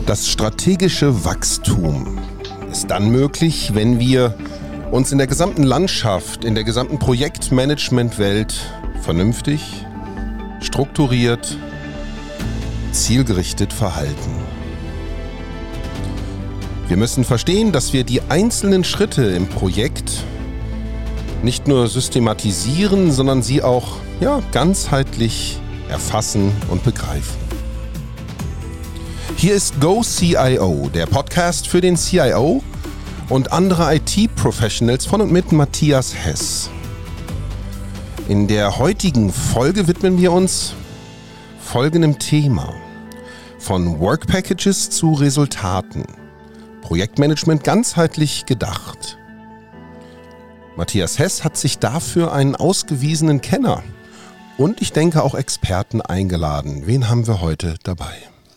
Das strategische Wachstum ist dann möglich, wenn wir uns in der gesamten Landschaft, in der gesamten Projektmanagement-Welt vernünftig, strukturiert, zielgerichtet verhalten. Wir müssen verstehen, dass wir die einzelnen Schritte im Projekt nicht nur systematisieren, sondern sie auch ganzheitlich erfassen und begreifen. Hier ist GoCIO, der Podcast für den CIO und andere IT-Professionals von und mit Matthias Hess. In der heutigen Folge widmen wir uns folgendem Thema: Von Work Packages zu Resultaten. Projektmanagement ganzheitlich gedacht. Matthias Hess hat sich dafür einen ausgewiesenen Kenner und ich denke auch Experten eingeladen. Wen haben wir heute dabei?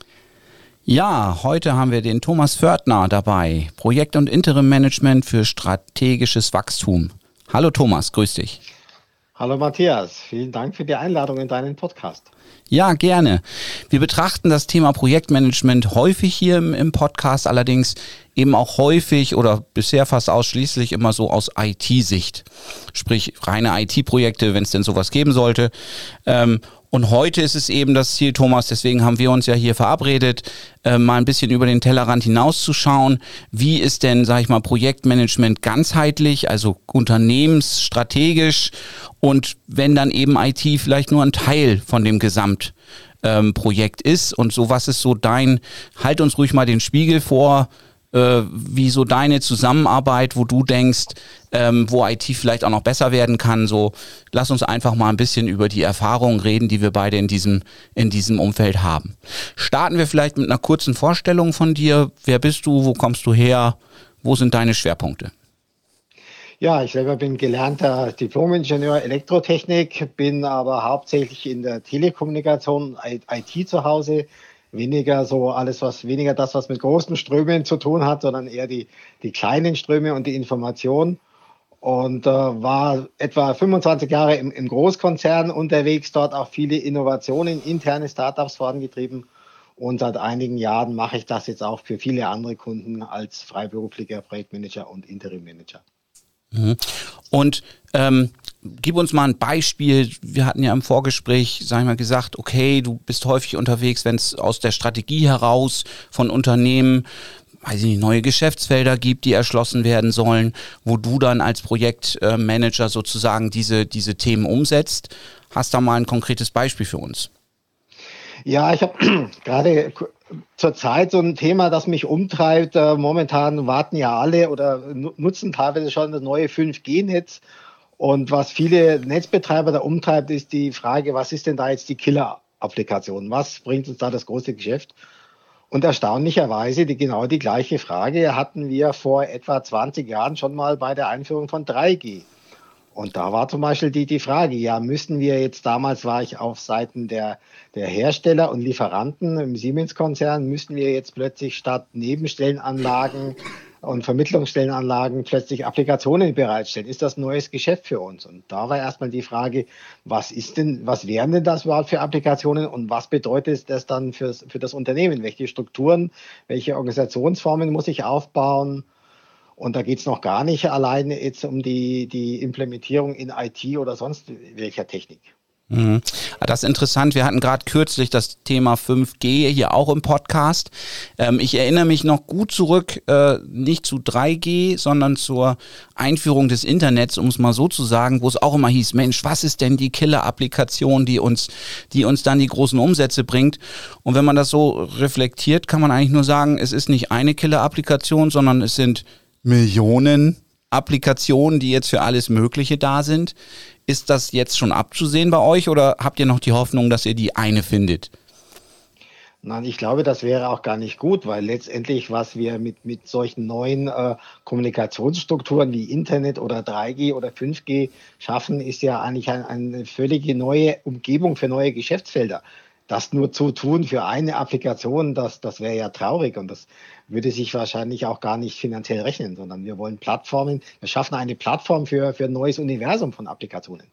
Ja, heute haben wir den Thomas Fördner dabei, Projekt- und Interim-Management für strategisches Wachstum. Hallo Thomas, grüß dich. Hallo Matthias, vielen Dank für die Einladung in deinen Podcast. Ja, gerne. Wir betrachten das Thema Projektmanagement häufig hier im Podcast, allerdings eben auch häufig oder bisher fast ausschließlich immer so aus IT-Sicht. Sprich reine IT-Projekte, wenn es denn sowas geben sollte. Und heute ist es eben das Ziel, Thomas, deswegen haben wir uns ja hier verabredet, mal ein bisschen über den Tellerrand hinauszuschauen. Wie ist denn, sage ich mal, Projektmanagement ganzheitlich, also unternehmensstrategisch, und wenn dann eben IT vielleicht nur ein Teil von dem Gesamtprojekt ist und so, was ist so halt uns ruhig mal den Spiegel vor, wie so deine Zusammenarbeit, wo du denkst, wo IT vielleicht auch noch besser werden kann. So, lass uns einfach mal ein bisschen über die Erfahrungen reden, die wir beide in diesem Umfeld haben. Starten wir vielleicht mit einer kurzen Vorstellung von dir. Wer bist du? Wo kommst du her? Wo sind deine Schwerpunkte? Ja, ich selber bin gelernter Diplom-Ingenieur Elektrotechnik, bin aber hauptsächlich in der Telekommunikation, IT zu Hause. Weniger das, was mit großen Strömen zu tun hat, sondern eher die kleinen Ströme und die Information. Und war etwa 25 Jahre im Großkonzern unterwegs, dort auch viele Innovationen, interne Startups vorangetrieben. Und seit einigen Jahren mache ich das jetzt auch für viele andere Kunden als freiberuflicher Projektmanager und Interimmanager. Und gib uns mal ein Beispiel. Wir hatten ja im Vorgespräch, gesagt, okay, du bist häufig unterwegs, wenn es aus der Strategie heraus von Unternehmen, neue Geschäftsfelder gibt, die erschlossen werden sollen, wo du dann als Projektmanager sozusagen diese Themen umsetzt. Hast da mal ein konkretes Beispiel für uns? Ja, ich habe gerade zurzeit so ein Thema, das mich umtreibt. Momentan warten ja alle oder nutzen teilweise schon das neue 5G-Netz. Und was viele Netzbetreiber da umtreibt, ist die Frage, was ist denn da jetzt die Killer-Applikation? Was bringt uns da das große Geschäft? Und erstaunlicherweise genau die gleiche Frage hatten wir vor etwa 20 Jahren schon mal bei der Einführung von 3G. Und da war zum Beispiel die Frage, müssen wir jetzt, damals war ich auf Seiten der Hersteller und Lieferanten im Siemens-Konzern, müssen wir jetzt plötzlich statt Nebenstellenanlagen und Vermittlungsstellenanlagen plötzlich Applikationen bereitstellen? Ist das ein neues Geschäft für uns? Und da war erstmal die Frage, was wären denn das überhaupt für Applikationen und was bedeutet das dann für das Unternehmen? Welche Strukturen, welche Organisationsformen muss ich aufbauen? Und da geht es noch gar nicht alleine jetzt um die Implementierung in IT oder sonst welcher Technik. Das ist interessant. Wir hatten gerade kürzlich das Thema 5G hier auch im Podcast. Ich erinnere mich noch gut zurück, nicht zu 3G, sondern zur Einführung des Internets, um es mal so zu sagen, wo es auch immer hieß, Mensch, was ist denn die Killer-Applikation, die uns dann die großen Umsätze bringt? Und wenn man das so reflektiert, kann man eigentlich nur sagen, es ist nicht eine Killer-Applikation, sondern es sind Millionen Applikationen, die jetzt für alles Mögliche da sind. Ist das jetzt schon abzusehen bei euch oder habt ihr noch die Hoffnung, dass ihr die eine findet? Nein, ich glaube, das wäre auch gar nicht gut, weil letztendlich, was wir mit solchen neuen Kommunikationsstrukturen wie Internet oder 3G oder 5G schaffen, ist ja eigentlich eine völlige neue Umgebung für neue Geschäftsfelder. Das nur zu tun für eine Applikation, das wäre ja traurig und das würde sich wahrscheinlich auch gar nicht finanziell rechnen, sondern wir wollen Plattformen, wir schaffen eine Plattform für ein neues Universum von Applikationen.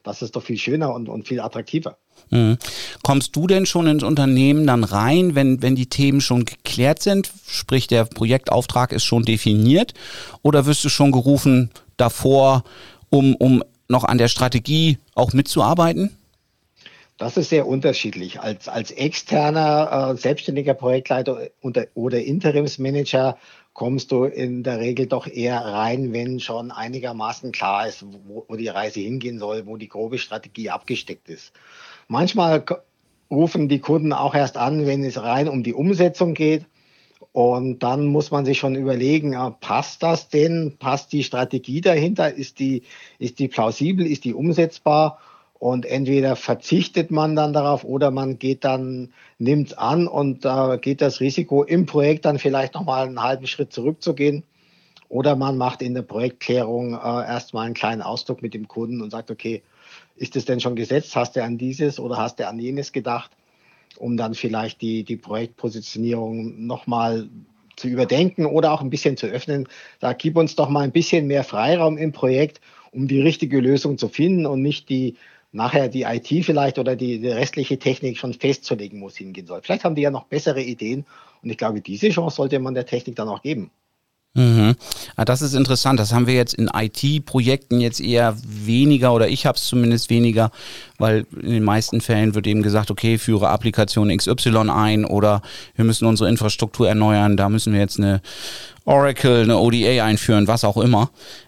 Das ist doch viel schöner und viel attraktiver. Mhm. Kommst du denn schon ins Unternehmen dann rein, wenn die Themen schon geklärt sind, sprich der Projektauftrag ist schon definiert, oder wirst du schon gerufen davor, um noch an der Strategie auch mitzuarbeiten? Das ist sehr unterschiedlich. Als externer, selbstständiger Projektleiter oder Interimsmanager kommst du in der Regel doch eher rein, wenn schon einigermaßen klar ist, wo die Reise hingehen soll, wo die grobe Strategie abgesteckt ist. Manchmal rufen die Kunden auch erst an, wenn es rein um die Umsetzung geht. Und dann muss man sich schon überlegen, passt das denn? Passt die Strategie dahinter? Ist die plausibel? Ist die umsetzbar? Und entweder verzichtet man dann darauf oder man nimmt es an und geht das Risiko im Projekt dann vielleicht nochmal einen halben Schritt zurückzugehen. Oder man macht in der Projektklärung erstmal einen kleinen Ausdruck mit dem Kunden und sagt, okay, ist es denn schon gesetzt? Hast du an dieses oder hast du an jenes gedacht? Um dann vielleicht die Projektpositionierung nochmal zu überdenken oder auch ein bisschen zu öffnen. Da gib uns doch mal ein bisschen mehr Freiraum im Projekt, um die richtige Lösung zu finden und nicht nachher die IT vielleicht oder die restliche Technik schon festzulegen muss, hingehen soll. Vielleicht haben die ja noch bessere Ideen und ich glaube, diese Chance sollte man der Technik dann auch geben. Mhm. Das ist interessant. Das haben wir jetzt in IT-Projekten jetzt eher weniger, oder ich habe es zumindest weniger, weil in den meisten Fällen wird eben gesagt, okay, führe Applikation XY ein oder wir müssen unsere Infrastruktur erneuern, da müssen wir jetzt eine Oracle, eine ODA einführen, was auch immer.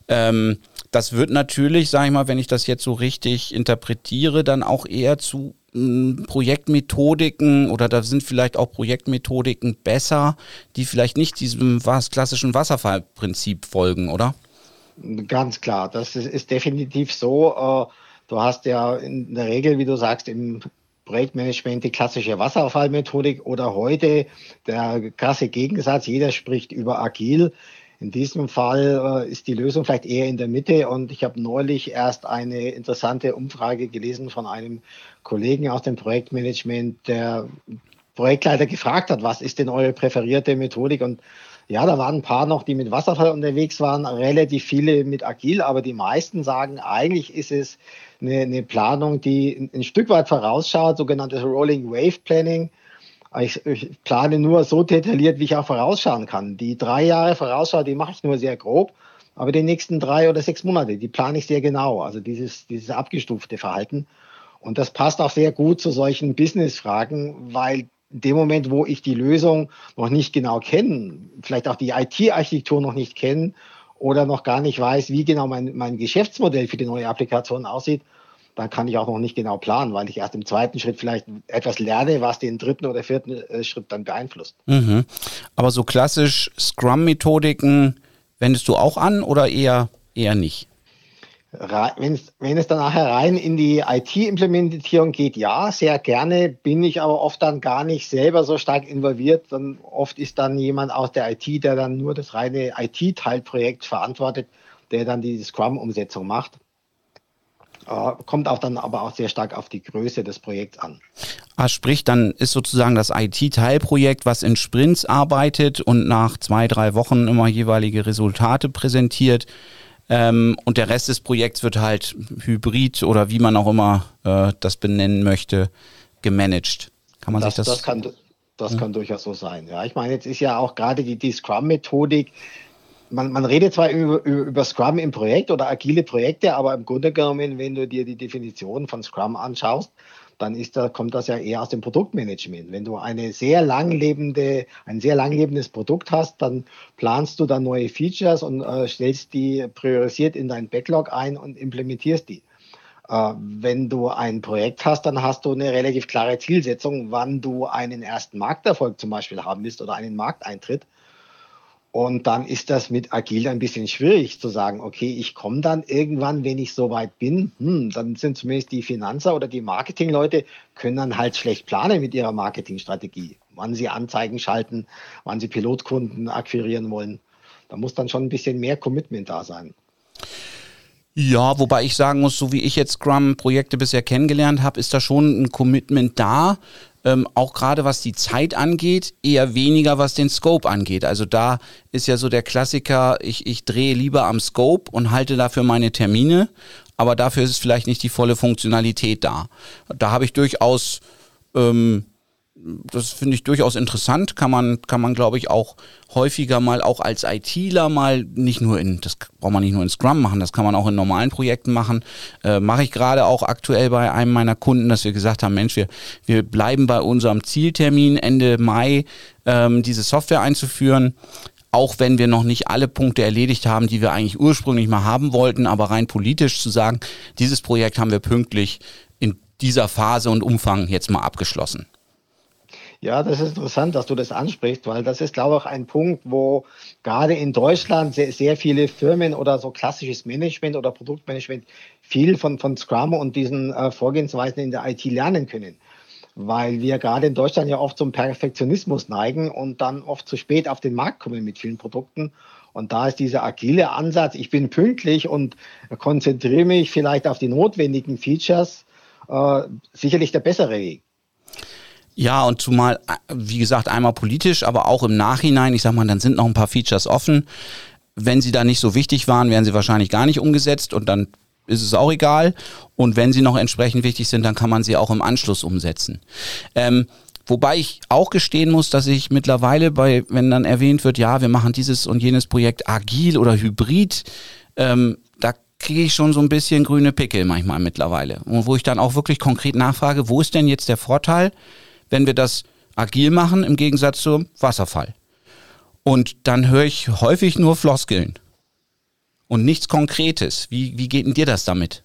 Das wird natürlich, sage ich mal, wenn ich das jetzt so richtig interpretiere, dann auch eher zu Projektmethodiken, oder da sind vielleicht auch Projektmethodiken besser, die vielleicht nicht diesem klassischen Wasserfallprinzip folgen, oder? Ganz klar, das ist definitiv so. Du hast ja in der Regel, wie du sagst, im Projektmanagement die klassische Wasserfallmethodik oder heute der krasse Gegensatz, jeder spricht über agil. In diesem Fall ist die Lösung vielleicht eher in der Mitte, und ich habe neulich erst eine interessante Umfrage gelesen von einem Kollegen aus dem Projektmanagement, der Projektleiter gefragt hat, was ist denn eure präferierte Methodik? Und ja, da waren ein paar noch, die mit Wasserfall unterwegs waren, relativ viele mit agil, aber die meisten sagen, eigentlich ist es eine Planung, die ein Stück weit vorausschaut, sogenanntes Rolling Wave Planning. Ich plane nur so detailliert, wie ich auch vorausschauen kann. Die 3 Jahre Vorausschau, die mache ich nur sehr grob, aber die nächsten 3 oder 6 Monate, die plane ich sehr genau. Also dieses abgestufte Verhalten. Und das passt auch sehr gut zu solchen Business-Fragen, weil in dem Moment, wo ich die Lösung noch nicht genau kenne, vielleicht auch die IT-Architektur noch nicht kenne oder noch gar nicht weiß, wie genau mein Geschäftsmodell für die neue Applikation aussieht, dann kann ich auch noch nicht genau planen, weil ich erst im 2. Schritt vielleicht etwas lerne, was den 3. oder 4. Schritt dann beeinflusst. Mhm. Aber so klassisch Scrum-Methodiken wendest du auch an oder eher nicht? Wenn es dann nachher rein in die IT-Implementierung geht, ja, sehr gerne, bin ich aber oft dann gar nicht selber so stark involviert. Dann oft ist dann jemand aus der IT, der dann nur das reine IT-Teilprojekt verantwortet, der dann die Scrum-Umsetzung macht. Kommt auch dann aber auch sehr stark auf die Größe des Projekts an. Sprich, dann ist sozusagen das IT-Teilprojekt, was in Sprints arbeitet und nach 2-3 Wochen immer jeweilige Resultate präsentiert. Und der Rest des Projekts wird halt hybrid oder wie man auch immer das benennen möchte, gemanagt. Kann man sich das? Das kann durchaus so sein. Ja, ich meine, jetzt ist ja auch gerade die Scrum-Methodik. Man redet zwar über Scrum im Projekt oder agile Projekte, aber im Grunde genommen, wenn du dir die Definition von Scrum anschaust, dann kommt das ja eher aus dem Produktmanagement. Wenn du ein sehr langlebendes Produkt hast, dann planst du dann neue Features und stellst die priorisiert in dein Backlog ein und implementierst die. Wenn du ein Projekt hast, dann hast du eine relativ klare Zielsetzung, wann du einen ersten Markterfolg zum Beispiel haben willst oder einen Markteintritt. Und dann ist das mit agil ein bisschen schwierig zu sagen, okay, ich komme dann irgendwann, wenn ich soweit bin, dann sind zumindest die Finanzer oder die Marketingleute, können dann halt schlecht planen mit ihrer Marketingstrategie, wann sie Anzeigen schalten, wann sie Pilotkunden akquirieren wollen. Da muss dann schon ein bisschen mehr Commitment da sein. Ja, wobei ich sagen muss, so wie ich jetzt Scrum-Projekte bisher kennengelernt habe, ist da schon ein Commitment da. Auch gerade was die Zeit angeht, eher weniger was den Scope angeht. Also da ist ja so der Klassiker, ich drehe lieber am Scope und halte dafür meine Termine, aber dafür ist es vielleicht nicht die volle Funktionalität da. Da habe ich durchaus, das finde ich durchaus interessant, kann man glaube ich auch häufiger mal auch als ITler mal das braucht man nicht nur in Scrum machen, das kann man auch in normalen Projekten machen. Mache ich gerade auch aktuell bei einem meiner Kunden, dass wir gesagt haben, Mensch, wir bleiben bei unserem Zieltermin Ende Mai, diese Software einzuführen. Auch wenn wir noch nicht alle Punkte erledigt haben, die wir eigentlich ursprünglich mal haben wollten, aber rein politisch zu sagen, dieses Projekt haben wir pünktlich in dieser Phase und Umfang jetzt mal abgeschlossen. Ja, das ist interessant, dass du das ansprichst, weil das ist, glaube ich, auch ein Punkt, wo gerade in Deutschland sehr viele Firmen oder so klassisches Management oder Produktmanagement viel von Scrum und diesen Vorgehensweisen in der IT lernen können. Weil wir gerade in Deutschland ja oft zum Perfektionismus neigen und dann oft zu spät auf den Markt kommen mit vielen Produkten. Und da ist dieser agile Ansatz, ich bin pünktlich und konzentriere mich vielleicht auf die notwendigen Features, sicherlich der bessere Weg. Ja, und zumal, wie gesagt, einmal politisch, aber auch im Nachhinein, ich sag mal, dann sind noch ein paar Features offen. Wenn sie da nicht so wichtig waren, wären sie wahrscheinlich gar nicht umgesetzt und dann ist es auch egal. Und wenn sie noch entsprechend wichtig sind, dann kann man sie auch im Anschluss umsetzen. Wobei ich auch gestehen muss, dass ich mittlerweile wenn dann erwähnt wird, ja, wir machen dieses und jenes Projekt agil oder hybrid, da kriege ich schon so ein bisschen grüne Pickel manchmal mittlerweile. Und wo ich dann auch wirklich konkret nachfrage, wo ist denn jetzt der Vorteil, wenn wir das agil machen im Gegensatz zum Wasserfall? Und dann höre ich häufig nur Floskeln und nichts Konkretes. Wie geht denn dir das damit?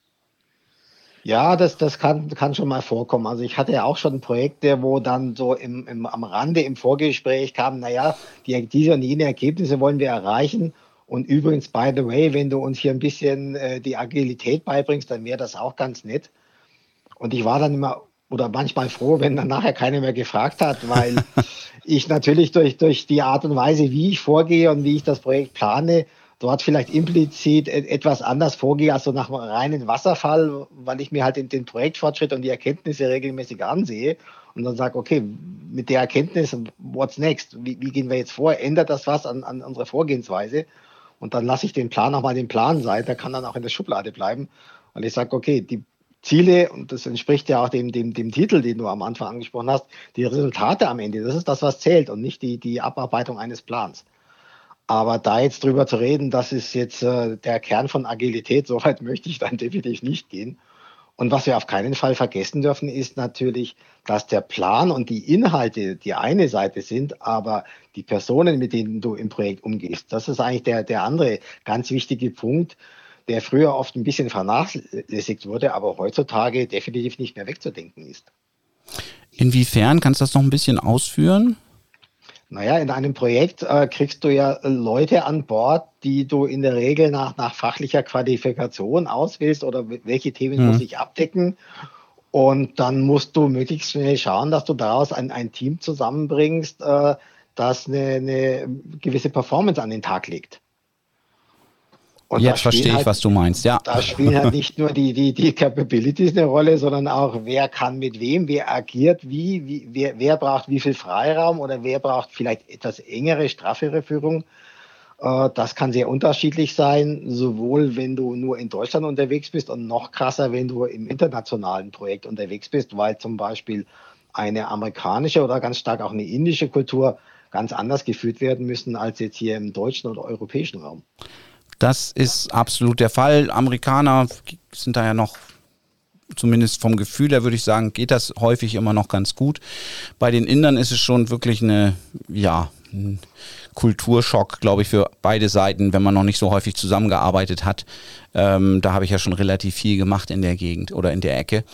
Ja, das kann schon mal vorkommen. Also ich hatte ja auch schon Projekte, wo dann so am Rande im Vorgespräch kam, naja, diese und jene Ergebnisse wollen wir erreichen. Und übrigens, by the way, wenn du uns hier ein bisschen die Agilität beibringst, dann wäre das auch ganz nett. Und ich war dann immer oder manchmal froh, wenn dann nachher keiner mehr gefragt hat, weil ich natürlich durch die Art und Weise, wie ich vorgehe und wie ich das Projekt plane, dort vielleicht implizit etwas anders vorgehe als so nach einem reinen Wasserfall, weil ich mir halt den Projektfortschritt und die Erkenntnisse regelmäßig ansehe und dann sage, okay, mit der Erkenntnis, what's next? Wie gehen wir jetzt vor? Ändert das was an unserer Vorgehensweise? Und dann lasse ich den Plan auch mal den Plan sein, der kann dann auch in der Schublade bleiben, weil ich sage, okay, die Ziele, und das entspricht ja auch dem Titel, den du am Anfang angesprochen hast, die Resultate am Ende, das ist das, was zählt und nicht die Abarbeitung eines Plans. Aber da jetzt drüber zu reden, das ist jetzt der Kern von Agilität, so weit möchte ich dann definitiv nicht gehen. Und was wir auf keinen Fall vergessen dürfen, ist natürlich, dass der Plan und die Inhalte die eine Seite sind, aber die Personen, mit denen du im Projekt umgehst, das ist eigentlich der andere ganz wichtige Punkt, der früher oft ein bisschen vernachlässigt wurde, aber heutzutage definitiv nicht mehr wegzudenken ist. Inwiefern? Kannst du das noch ein bisschen ausführen? Naja, in einem Projekt kriegst du ja Leute an Bord, die du in der Regel nach fachlicher Qualifikation auswählst oder welche Themen muss ich abdecken. Und dann musst du möglichst schnell schauen, dass du daraus ein Team zusammenbringst, das eine gewisse Performance an den Tag legt. Und jetzt verstehe ich, was du meinst, ja. Da spielen halt nicht nur die Capabilities eine Rolle, sondern auch, wer kann mit wem, wer agiert wer braucht wie viel Freiraum oder wer braucht vielleicht etwas engere, straffere Führung. Das kann sehr unterschiedlich sein, sowohl wenn du nur in Deutschland unterwegs bist und noch krasser, wenn du im internationalen Projekt unterwegs bist, weil zum Beispiel eine amerikanische oder ganz stark auch eine indische Kultur ganz anders geführt werden müssen als jetzt hier im deutschen oder europäischen Raum. Das ist absolut der Fall. Amerikaner sind da ja noch, zumindest vom Gefühl her würde ich sagen, geht das häufig immer noch ganz gut. Bei den Indern ist es schon wirklich ein Kulturschock, glaube ich, für beide Seiten, wenn man noch nicht so häufig zusammengearbeitet hat. Da habe ich ja schon relativ viel gemacht in der Gegend oder in der Ecke.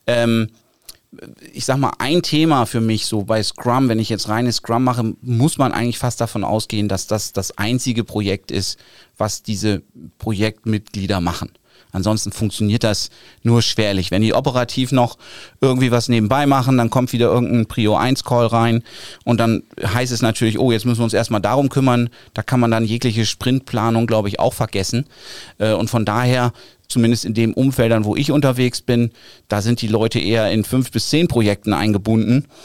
Ich sag mal, ein Thema für mich so bei Scrum, wenn ich jetzt reines Scrum mache, muss man eigentlich fast davon ausgehen, dass das das einzige Projekt ist, was diese Projektmitglieder machen. Ansonsten funktioniert das nur schwerlich. Wenn die operativ noch irgendwie was nebenbei machen, dann kommt wieder irgendein Prio-1-Call rein und dann heißt es natürlich, oh, jetzt müssen wir uns erstmal darum kümmern. Da kann man dann jegliche Sprintplanung, glaube ich, auch vergessen. Und von daher, zumindest in den Umfeldern, wo ich unterwegs bin, da sind die Leute eher in 5 bis 10 Projekten eingebunden.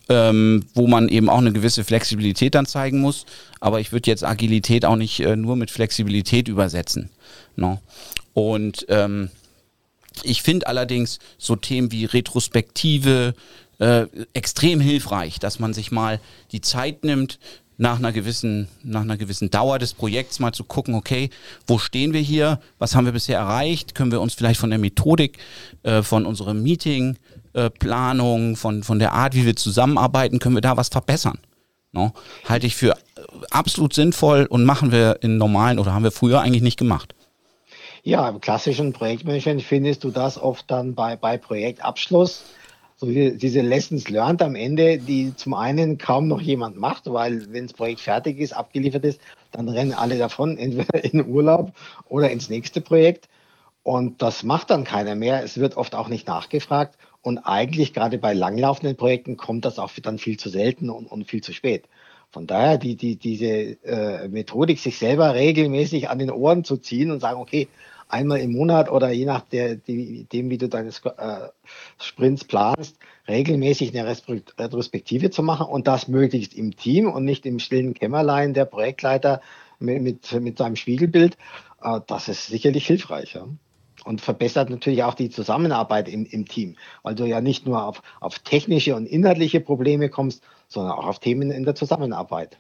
wo man eben auch eine gewisse Flexibilität dann zeigen muss. Aber ich würde jetzt Agilität auch nicht nur mit Flexibilität übersetzen. No? Und ich finde allerdings so Themen wie Retrospektive extrem hilfreich, dass man sich mal die Zeit nimmt, nach einer gewissen Dauer des Projekts mal zu gucken, okay, wo stehen wir hier, was haben wir bisher erreicht, können wir uns vielleicht von der Methodik, von unserem Meeting-Planung, von der Art, wie wir zusammenarbeiten, können wir da was verbessern. No? Halte ich für absolut sinnvoll und machen wir in normalen oder haben wir früher eigentlich nicht gemacht. Ja, im klassischen Projektmanagement findest du das oft dann bei Projektabschluss. So diese Lessons learned am Ende, die zum einen kaum noch jemand macht, weil wenn das Projekt fertig ist, abgeliefert ist, dann rennen alle davon, entweder in Urlaub oder ins nächste Projekt. Und das macht dann keiner mehr. Es wird oft auch nicht nachgefragt. Und eigentlich gerade bei langlaufenden Projekten kommt das auch dann viel zu selten und viel zu spät. Von daher diese Methodik, sich selber regelmäßig an den Ohren zu ziehen und sagen, okay, einmal im Monat oder je nach dem, wie du deine Sprints planst, regelmäßig eine Retrospektive zu machen und das möglichst im Team und nicht im stillen Kämmerlein der Projektleiter mit seinem Spiegelbild, das ist sicherlich hilfreich. Ja? Und verbessert natürlich auch die Zusammenarbeit im Team, weil du ja nicht nur auf technische und inhaltliche Probleme kommst, sondern auch auf Themen in der Zusammenarbeit.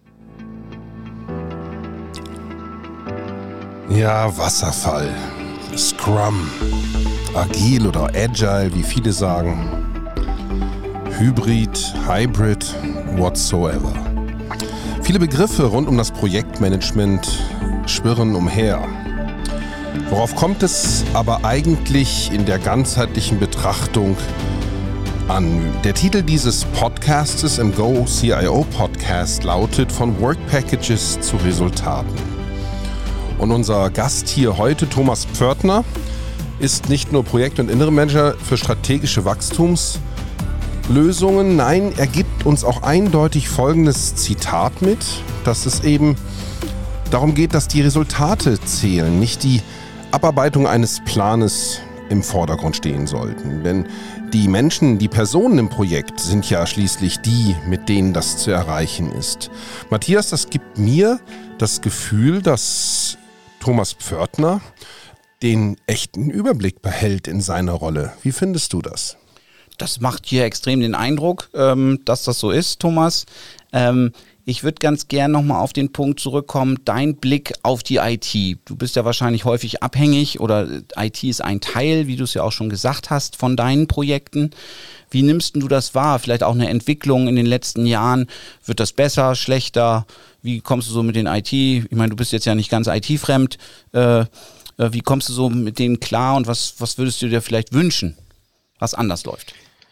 Ja, Wasserfall, Scrum, Agil oder Agile, wie viele sagen, Hybrid, Hybrid, whatsoever. Viele Begriffe rund um das Projektmanagement schwirren umher. Worauf kommt es aber eigentlich in der ganzheitlichen Betrachtung an? Der Titel dieses Podcastes im Go CIO Podcast lautet Von Work Packages zu Resultaten. Und unser Gast hier heute, Thomas Pförtner, ist nicht nur Projekt- und Interim Manager für strategische Wachstumslösungen. Nein, er gibt uns auch eindeutig folgendes Zitat mit, dass es eben darum geht, dass die Resultate zählen, nicht die Abarbeitung eines Planes im Vordergrund stehen sollten. Denn die Menschen, die Personen im Projekt sind ja schließlich die, mit denen das zu erreichen ist. Matthias, das gibt mir das Gefühl, dass Thomas Pförtner den echten Überblick behält in seiner Rolle. Wie findest du das? Das macht hier extrem den Eindruck, dass das so ist, Thomas. Ich würde ganz gern nochmal auf den Punkt zurückkommen, dein Blick auf die IT. Du bist ja wahrscheinlich häufig abhängig oder IT ist ein Teil, wie du es ja auch schon gesagt hast, von deinen Projekten. Wie nimmst du das wahr? Vielleicht auch eine Entwicklung in den letzten Jahren. Wird das besser, schlechter? Wie kommst du so mit den IT? Ich meine, du bist jetzt ja nicht ganz IT-fremd. Wie kommst du so mit denen klar und was würdest du dir vielleicht wünschen, was anders läuft?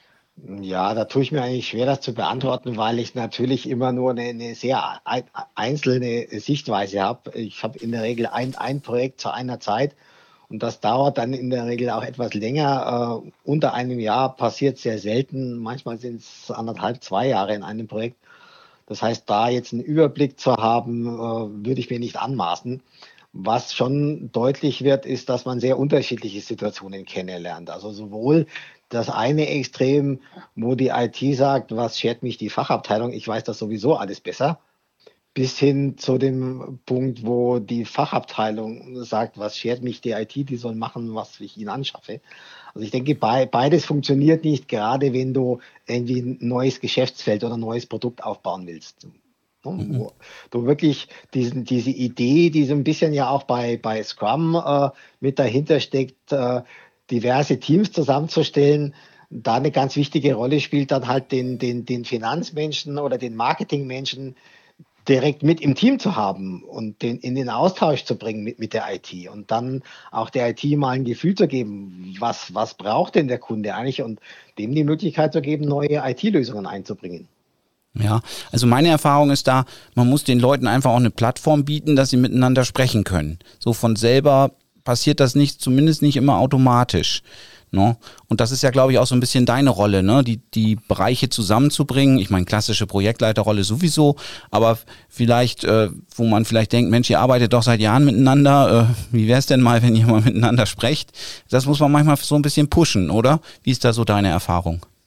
Ja, da tue ich mir eigentlich schwer, das zu beantworten, weil ich natürlich immer nur eine sehr einzelne Sichtweise habe. Ich habe in der Regel ein Projekt zu einer Zeit und das dauert dann in der Regel auch etwas länger. Unter einem Jahr passiert sehr selten. Manchmal sind es 1,5, 2 Jahre in einem Projekt. Das heißt, da jetzt einen Überblick zu haben, würde ich mir nicht anmaßen. Was schon deutlich wird, ist, dass man sehr unterschiedliche Situationen kennenlernt. Also sowohl das eine Extrem, wo die IT sagt, was schert mich die Fachabteilung, ich weiß das sowieso alles besser, bis hin zu dem Punkt, wo die Fachabteilung sagt, was schert mich die IT, die soll machen, was ich ihnen anschaffe. Also ich denke, beides funktioniert nicht, gerade wenn du irgendwie ein neues Geschäftsfeld oder ein neues Produkt aufbauen willst. Wo du wirklich diese Idee, die so ein bisschen ja auch bei Scrum mit dahinter steckt, diverse Teams zusammenzustellen, da eine ganz wichtige Rolle spielt, dann halt den Finanzmenschen oder den Marketingmenschen direkt mit im Team zu haben und den in den Austausch zu bringen mit der IT und dann auch der IT mal ein Gefühl zu geben, was braucht denn der Kunde eigentlich und dem die Möglichkeit zu geben, neue IT-Lösungen einzubringen. Ja, also meine Erfahrung ist da, man muss den Leuten einfach auch eine Plattform bieten, dass sie miteinander sprechen können. So von selber passiert das nicht, zumindest nicht immer automatisch. No? Und das ist ja, glaube ich, auch so ein bisschen deine Rolle, ne? Die Bereiche zusammenzubringen. Ich meine, klassische Projektleiterrolle sowieso, aber vielleicht, wo man vielleicht denkt, Mensch, ihr arbeitet doch seit Jahren miteinander, wie wäre es denn mal, wenn ihr mal miteinander sprecht? Das muss man manchmal so ein bisschen pushen, oder? Wie ist da so deine Erfahrung?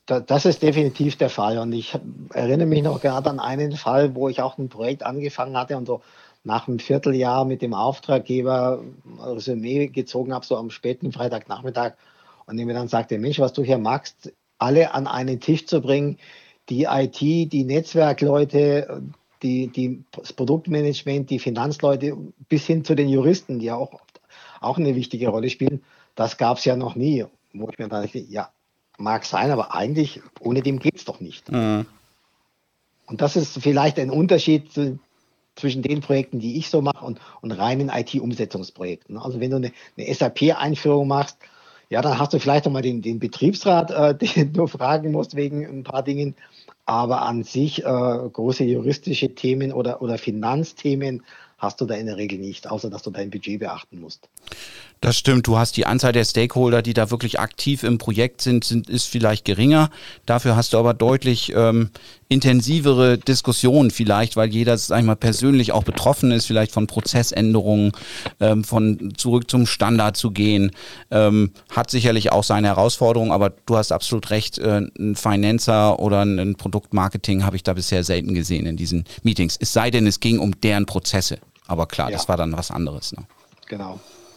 Das ist definitiv der Fall. Und ich erinnere mich noch gerade an einen Fall, wo ich auch ein Projekt angefangen hatte und so nach einem Vierteljahr mit dem Auftraggeber Resümee gezogen habe, so am späten Freitagnachmittag, und der mir dann sagte, Mensch, was du hier machst, alle an einen Tisch zu bringen, die IT, die Netzwerkleute, das Produktmanagement, die Finanzleute, bis hin zu den Juristen, die ja auch eine wichtige Rolle spielen, das gab es ja noch nie. Wo ich mir dann dachte, ja, mag sein, aber eigentlich ohne dem geht es doch nicht. Mhm. Und das ist vielleicht ein Unterschied zwischen den Projekten, die ich so mache, und reinen IT-Umsetzungsprojekten. Also wenn du eine SAP-Einführung machst, ja, dann hast du vielleicht nochmal den Betriebsrat, den du fragen musst wegen ein paar Dingen. Aber an sich große juristische Themen oder Finanzthemen hast du da in der Regel nicht, außer dass du dein Budget beachten musst. Das stimmt, du hast die Anzahl der Stakeholder, die da wirklich aktiv im Projekt sind, ist vielleicht geringer. Dafür hast du aber deutlich intensivere Diskussionen vielleicht, weil jeder, sag ich mal, persönlich auch betroffen ist, vielleicht von Prozessänderungen, von zurück zum Standard zu gehen. Hat sicherlich auch seine Herausforderungen, aber du hast absolut recht, ein Financer oder ein Produktmarketing habe ich da bisher selten gesehen in diesen Meetings. Es sei denn, es ging um deren Prozesse. Aber klar, ja, das war dann was anderes. Ne? Genau.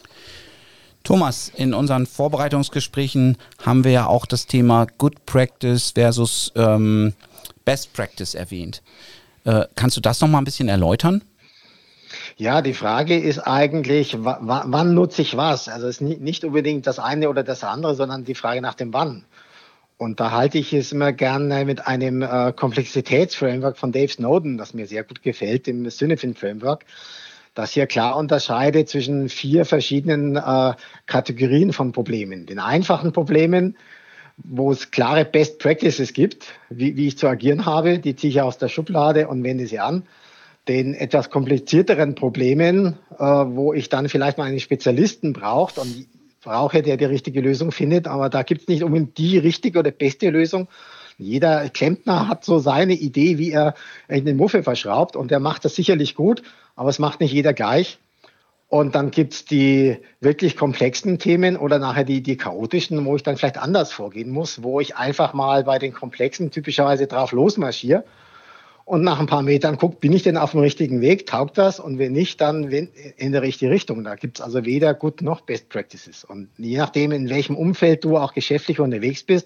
Thomas, in unseren Vorbereitungsgesprächen haben wir ja auch das Thema Good Practice versus Best Practice erwähnt. Kannst du das nochmal ein bisschen erläutern? Ja, die Frage ist eigentlich, wann nutze ich was? Also es ist nicht unbedingt das eine oder das andere, sondern die Frage nach dem Wann. Und da halte ich es immer gerne mit einem Komplexitätsframework von Dave Snowden, das mir sehr gut gefällt, dem Synefin-Framework, das hier klar unterscheidet zwischen 4 verschiedenen Kategorien von Problemen. Den einfachen Problemen, wo es klare Best Practices gibt, wie ich zu agieren habe, die ziehe ich aus der Schublade und wende sie an. Den etwas komplizierteren Problemen, wo ich dann vielleicht mal einen Spezialisten brauche, der die richtige Lösung findet, aber da gibt es nicht unbedingt die richtige oder beste Lösung. Jeder Klempner hat so seine Idee, wie er eine Muffe verschraubt, und der macht das sicherlich gut, aber es macht nicht jeder gleich. Und dann gibt es die wirklich komplexen Themen oder nachher die chaotischen, wo ich dann vielleicht anders vorgehen muss, wo ich einfach mal bei den komplexen typischerweise drauf losmarschiere und nach ein paar Metern gucke, bin ich denn auf dem richtigen Weg, taugt das? Und wenn nicht, dann in der richtigen Richtung. Da gibt es also weder Good noch Best Practices. Und je nachdem, in welchem Umfeld du auch geschäftlich unterwegs bist,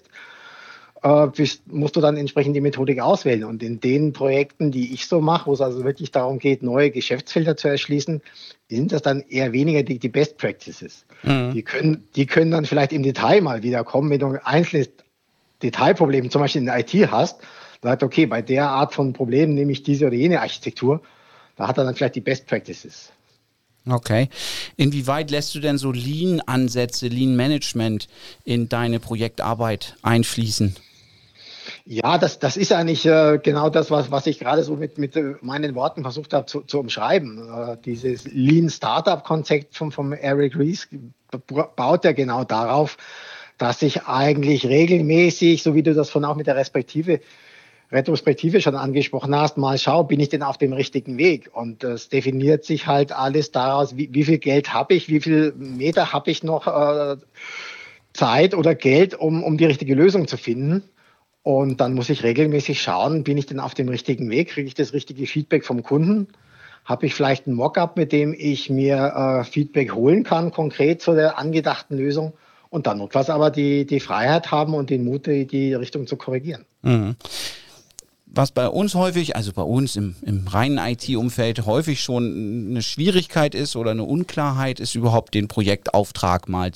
musst du dann entsprechend die Methodik auswählen. Und in den Projekten, die ich so mache, wo es also wirklich darum geht, neue Geschäftsfelder zu erschließen, sind das dann eher weniger die Best Practices. Mhm. Die können dann vielleicht im Detail mal wieder kommen, wenn du ein einzelnes Detailproblem zum Beispiel in der IT hast, sagt, okay, bei der Art von Problemen nehme ich diese oder jene Architektur, da hat er dann vielleicht die Best Practices. Okay. Inwieweit lässt du denn so Lean-Ansätze, Lean-Management in deine Projektarbeit einfließen? Ja, das ist eigentlich genau das, was ich gerade so mit meinen Worten versucht habe zu umschreiben. Dieses Lean-Startup-Konzept vom Eric Ries baut ja genau darauf, dass ich eigentlich regelmäßig, so wie du das von auch mit der Retrospektive schon angesprochen hast, mal schau, bin ich denn auf dem richtigen Weg? Und das definiert sich halt alles daraus, wie viel Geld habe ich, wie viel Meter habe ich noch Zeit oder Geld, um die richtige Lösung zu finden. Und dann muss ich regelmäßig schauen, bin ich denn auf dem richtigen Weg, kriege ich das richtige Feedback vom Kunden? Habe ich vielleicht ein Mockup, mit dem ich mir Feedback holen kann, konkret zu der angedachten Lösung? Und dann notfalls aber die Freiheit haben und den Mut, die Richtung zu korrigieren. Mhm. Was bei uns häufig, also bei uns im reinen IT-Umfeld häufig schon eine Schwierigkeit ist oder eine Unklarheit ist, überhaupt den Projektauftrag mal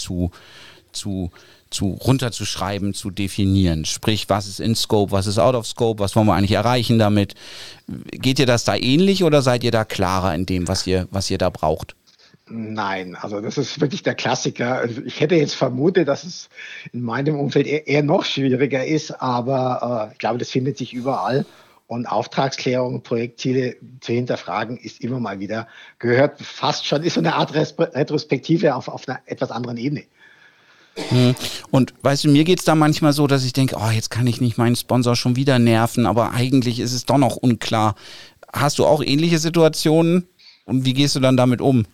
runterzuschreiben, zu definieren. Sprich, was ist in Scope, was ist out of Scope, was wollen wir eigentlich erreichen damit? Geht ihr das da ähnlich oder seid ihr da klarer in dem, was ihr da braucht? Nein, also das ist wirklich der Klassiker. Also ich hätte jetzt vermutet, dass es in meinem Umfeld eher noch schwieriger ist, aber ich glaube, das findet sich überall. Und Auftragsklärung, Projektziele zu hinterfragen, ist immer mal wieder, gehört fast schon, ist so eine Art Retrospektive auf einer etwas anderen Ebene. Und weißt du, mir geht's da manchmal so, dass ich denke, jetzt kann ich nicht meinen Sponsor schon wieder nerven, aber eigentlich ist es doch noch unklar. Hast du auch ähnliche Situationen und wie gehst du dann damit um?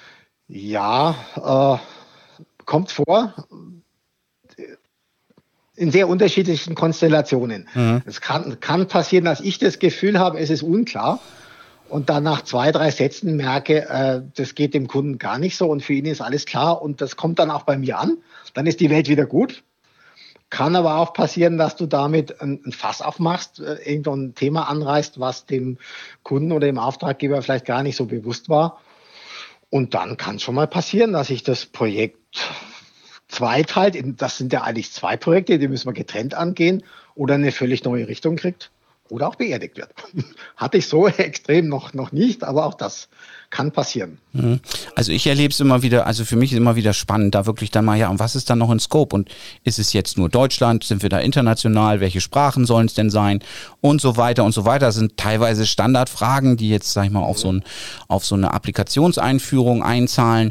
Ja, kommt vor. in sehr unterschiedlichen Konstellationen. Es kann passieren, dass ich das Gefühl habe, es ist unklar und dann nach 2, 3 Sätzen merke, das geht dem Kunden gar nicht so und für ihn ist alles klar und das kommt dann auch bei mir an. Dann ist die Welt wieder gut. Kann aber auch passieren, dass du damit ein Fass aufmachst, irgendein Thema anreißt, was dem Kunden oder dem Auftraggeber vielleicht gar nicht so bewusst war. Und dann kann es schon mal passieren, dass sich das Projekt zweiteilt. Das sind ja eigentlich 2 Projekte, die müssen wir getrennt angehen oder eine völlig neue Richtung kriegt oder auch beerdigt wird. Hatte ich so extrem noch nicht, aber auch das kann passieren. Also ich erlebe es immer wieder, also für mich ist immer wieder spannend, da wirklich dann mal, ja, und was ist dann noch in Scope? Und ist es jetzt nur Deutschland? Sind wir da international? Welche Sprachen sollen es denn sein? Und so weiter und so weiter. Das sind teilweise Standardfragen, die jetzt, sag ich mal, auf so eine Applikationseinführung einzahlen.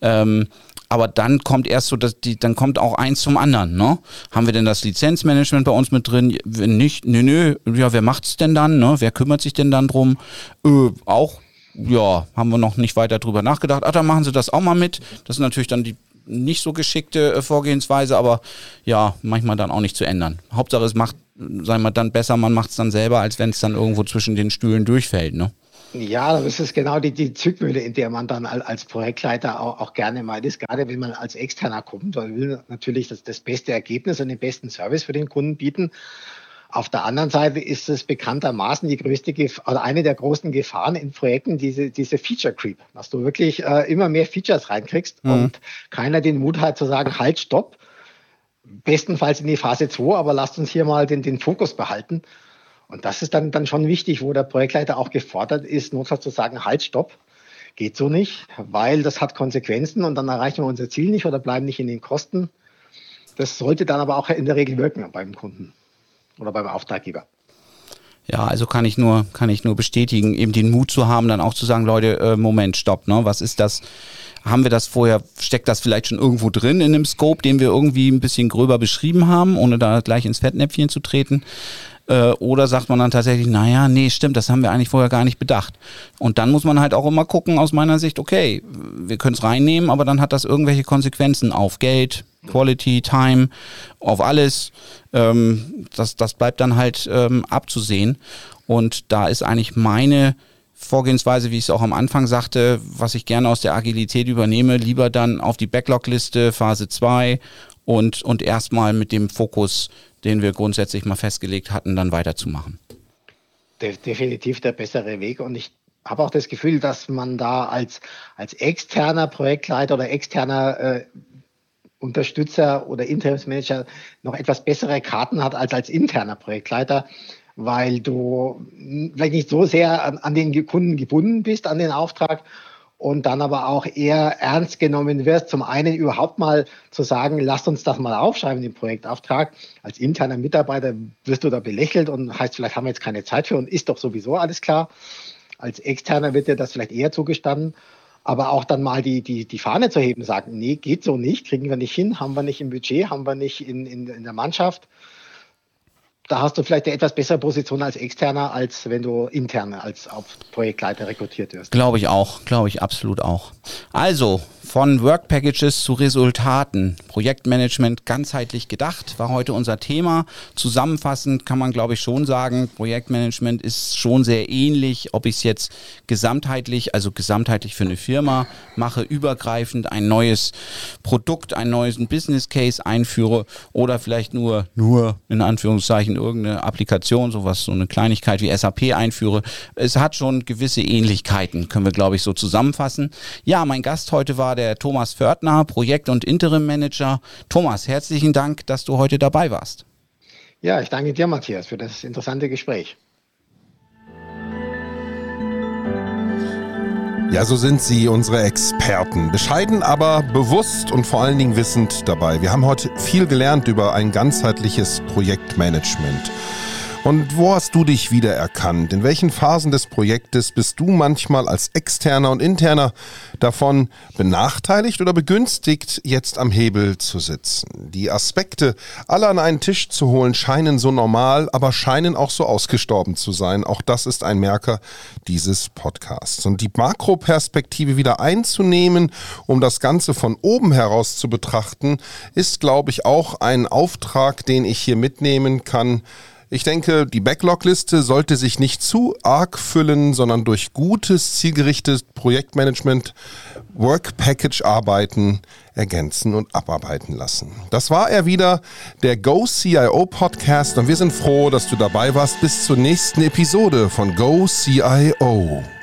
Aber dann kommt erst so, dann kommt auch eins zum anderen, ne? Haben wir denn das Lizenzmanagement bei uns mit drin? Wenn nicht, ja, wer macht's denn dann, ne? Wer kümmert sich denn dann drum? Auch, ja, haben wir noch nicht weiter drüber nachgedacht. Dann machen Sie das auch mal mit. Das ist natürlich dann die nicht so geschickte Vorgehensweise, aber ja, manchmal dann auch nicht zu ändern. Hauptsache es macht, sagen wir dann besser, man macht es dann selber, als wenn es dann irgendwo zwischen den Stühlen durchfällt, ne? Ja, das ist genau die Zwickmühle, in der man dann als Projektleiter auch gerne mal ist, gerade wenn man als Externer kommt, weil man will natürlich das beste Ergebnis und den besten Service für den Kunden bieten. Auf der anderen Seite ist es bekanntermaßen die größte oder eine der großen Gefahren in Projekten, diese Feature Creep, dass du wirklich immer mehr Features reinkriegst und keiner den Mut hat zu sagen, halt, stopp, bestenfalls in die Phase 2, aber lasst uns hier mal den Fokus behalten. Und das ist dann schon wichtig, wo der Projektleiter auch gefordert ist, notfalls zu sagen, halt, stopp, geht so nicht, weil das hat Konsequenzen und dann erreichen wir unser Ziel nicht oder bleiben nicht in den Kosten. Das sollte dann aber auch in der Regel wirken beim Kunden oder beim Auftraggeber. Ja, also kann ich nur bestätigen, eben den Mut zu haben, dann auch zu sagen, Leute, Moment, stopp, ne? Was ist das? Haben wir das vorher, steckt das vielleicht schon irgendwo drin in einem Scope, den wir irgendwie ein bisschen gröber beschrieben haben, ohne da gleich ins Fettnäpfchen zu treten? Oder sagt man dann tatsächlich, naja, nee, stimmt, das haben wir eigentlich vorher gar nicht bedacht. Und dann muss man halt auch immer gucken, aus meiner Sicht, okay, wir können es reinnehmen, aber dann hat das irgendwelche Konsequenzen auf Geld, Quality, Time, auf alles. Das bleibt dann halt abzusehen. Und da ist eigentlich meine Vorgehensweise, wie ich es auch am Anfang sagte, was ich gerne aus der Agilität übernehme, lieber dann auf die Backlog-Liste, Phase 2 und erstmal mit dem Fokus, den wir grundsätzlich mal festgelegt hatten, dann weiterzumachen. Definitiv der bessere Weg und ich habe auch das Gefühl, dass man da als externer Projektleiter oder externer Unterstützer oder Interimsmanager noch etwas bessere Karten hat als interner Projektleiter, weil du vielleicht nicht so sehr an den Kunden gebunden bist, an den Auftrag und dann aber auch eher ernst genommen wirst. Zum einen überhaupt mal zu sagen, lasst uns das mal aufschreiben, den Projektauftrag. Als interner Mitarbeiter wirst du da belächelt und heißt, vielleicht haben wir jetzt keine Zeit für und ist doch sowieso alles klar. Als Externer wird dir das vielleicht eher zugestanden. Aber auch dann mal die Fahne zu heben, sagen, nee, geht so nicht, kriegen wir nicht hin, haben wir nicht im Budget, haben wir nicht in der Mannschaft. Da hast du vielleicht eine etwas bessere Position als Externer, als wenn du intern als Projektleiter rekrutiert wirst. Glaube ich absolut auch. Also, von Work Packages zu Resultaten. Projektmanagement ganzheitlich gedacht war heute unser Thema. Zusammenfassend kann man, glaube ich, schon sagen, Projektmanagement ist schon sehr ähnlich, ob ich es jetzt gesamtheitlich für eine Firma mache, übergreifend ein neues Produkt, einen neuen Business Case einführe oder vielleicht nur in Anführungszeichen irgendeine Applikation, so eine Kleinigkeit wie SAP einführe. Es hat schon gewisse Ähnlichkeiten, können wir, glaube ich, so zusammenfassen. Ja, mein Gast heute war der Thomas Fördner, Projekt- und Interim-Manager. Thomas, herzlichen Dank, dass du heute dabei warst. Ja, ich danke dir, Matthias, für das interessante Gespräch. Ja, so sind sie, unsere Experten. Bescheiden, aber bewusst und vor allen Dingen wissend dabei. Wir haben heute viel gelernt über ein ganzheitliches Projektmanagement. Und wo hast du dich wiedererkannt? In welchen Phasen des Projektes bist du manchmal als Externer und Interner davon benachteiligt oder begünstigt, jetzt am Hebel zu sitzen? Die Aspekte, alle an einen Tisch zu holen, scheinen so normal, aber scheinen auch so ausgestorben zu sein. Auch das ist ein Merker dieses Podcasts. Und die Makroperspektive wieder einzunehmen, um das Ganze von oben heraus zu betrachten, ist, glaube ich, auch ein Auftrag, den ich hier mitnehmen kann. Ich denke, die Backlog-Liste sollte sich nicht zu arg füllen, sondern durch gutes, zielgerichtetes Projektmanagement, Work-Package-Arbeiten ergänzen und abarbeiten lassen. Das war er wieder, der Go CIO Podcast, und wir sind froh, dass du dabei warst. Bis zur nächsten Episode von Go CIO.